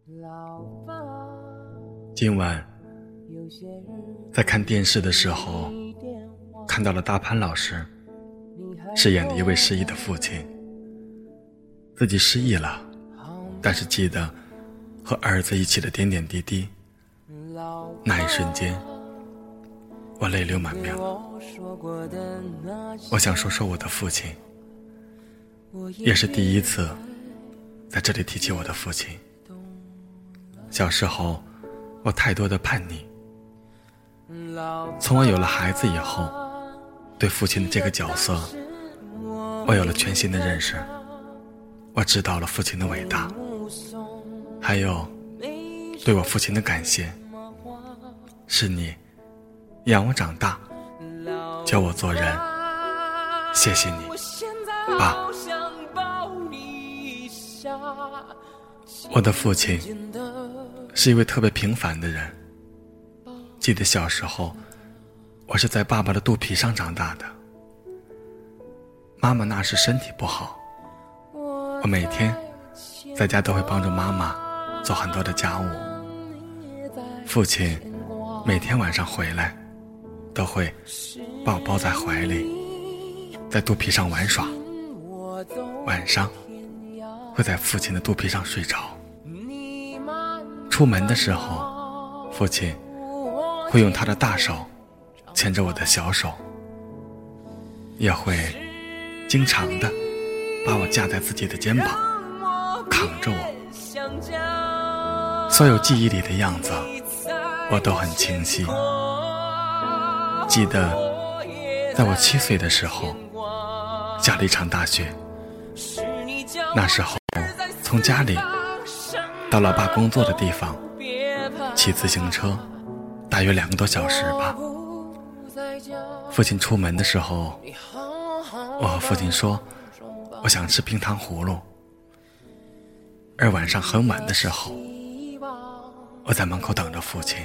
今晚在看电视的时候，看到了大潘老师饰演的一位失忆的父亲，自己失忆了，但是记得和儿子一起的点点滴滴。那一瞬间，我泪流满面了。我想说说我的父亲，也是第一次在这里提起我的父亲。小时候我太多的叛逆，从我有了孩子以后，对父亲的这个角色我有了全新的认识。我知道了父亲的伟大，还有对我父亲的感谢。是你养我长大，教我做人，谢谢你，爸。我的父亲是一位特别平凡的人。记得小时候，我是在爸爸的肚皮上长大的。妈妈那时身体不好，我每天在家都会帮助妈妈做很多的家务。父亲每天晚上回来都会把我抱在怀里，在肚皮上玩耍，晚上会在父亲的肚皮上睡着。出门的时候，父亲会用他的大手牵着我的小手，也会经常的把我架在自己的肩膀，扛着我。所有记忆里的样子我都很清晰。记得在我7岁的时候，下了一场大雪。那时候从家里到老爸工作的地方，骑自行车大约2个多小时吧。父亲出门的时候，我和父亲说我想吃冰糖葫芦。而晚上很晚的时候，我在门口等着父亲。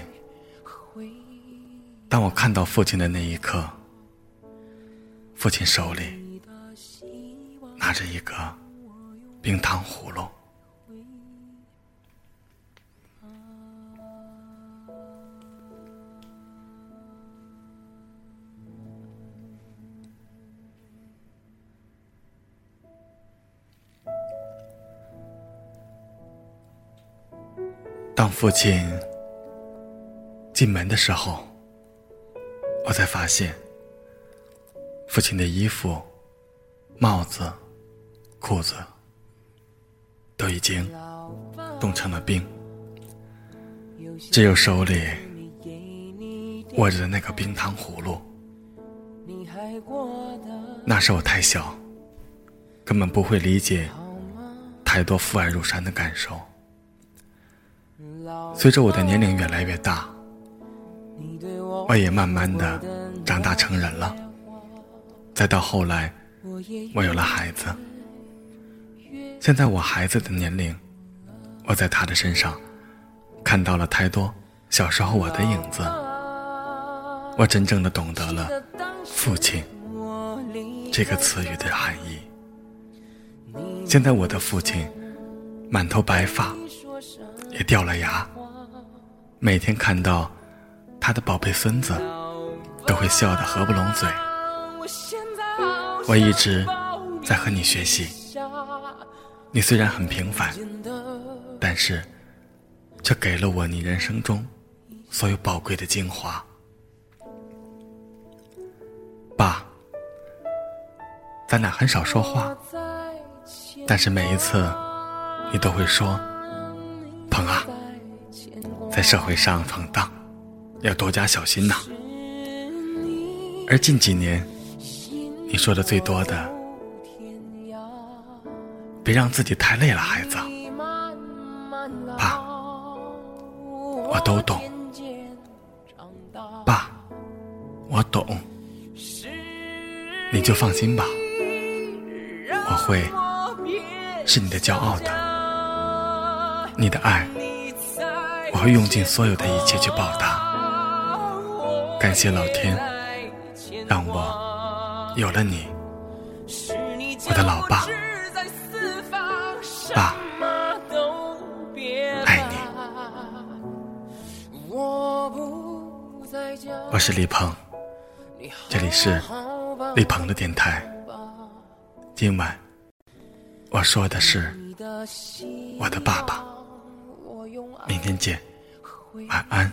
当我看到父亲的那一刻，父亲手里拿着一个冰糖葫芦。当父亲进门的时候，我才发现父亲的衣服、帽子、裤子都已经冻成了冰，只有手里握着的那个冰糖葫芦。那时我太小，根本不会理解太多父爱如山的感受。随着我的年龄越来越大，我也慢慢的长大成人了。再到后来，我有了孩子。现在我孩子的年龄，我在他的身上看到了太多小时候我的影子。我真正的懂得了父亲这个词语的含义。现在我的父亲满头白发，也掉了牙，每天看到他的宝贝孙子都会笑得合不拢嘴。我一直在和你学习，你虽然很平凡，但是却给了我你人生中所有宝贵的精华。爸，咱俩很少说话，但是每一次你都会说，鹏啊，在社会上闯荡要多加小心呐。而近几年你说的最多的，别让自己太累了，孩子。爸，我都懂。爸，我懂。你就放心吧，我会是你的骄傲的。你的爱，我会用尽所有的一切去报答。感谢老天，让我有了你，我的老爸。爸，爱你。 我是李鹏，这里是李鹏的电台。今晚我说的是我的爸爸。明天见，晚安。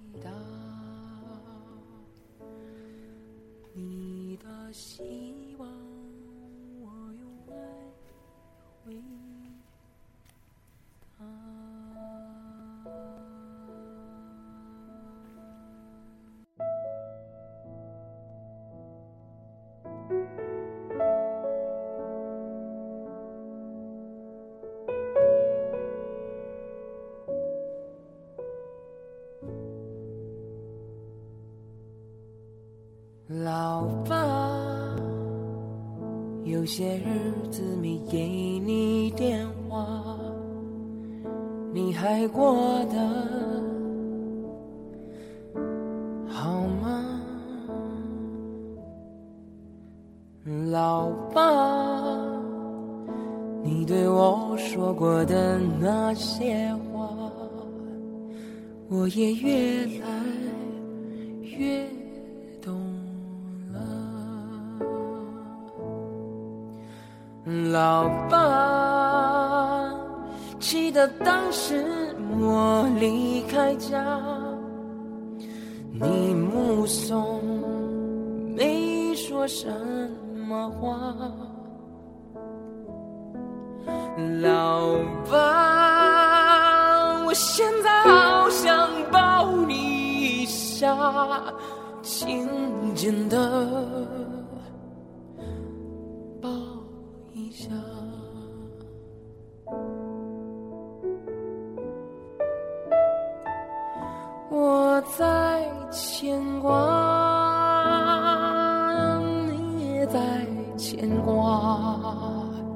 你的希望我用爱回答。老爸，有些日子没给你电话，你还过得好吗？老爸，你对我说过的那些话，我也越来越懂了。老爸，记得当时我离开家，你目送没说什么话。老爸，我现在好想抱你一下，紧紧地抱一下。我在牵挂，你也在牵挂，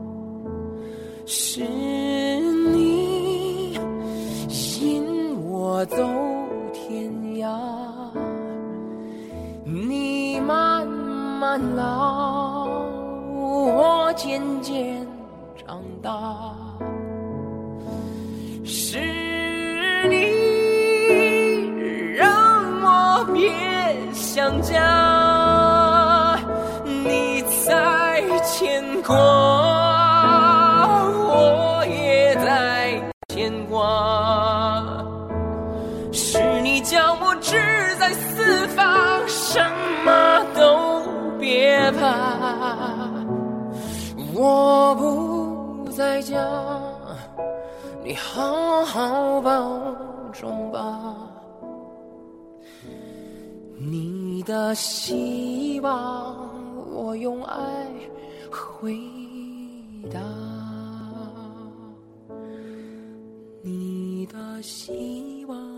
是你引我走天涯，你慢慢老，我渐渐长大，是你让我别想家，你在牵挂，我也在牵挂，是你叫我志在四方，什么都别怕，我不在家，你好好保重吧。你的希望我用爱回答，你的希望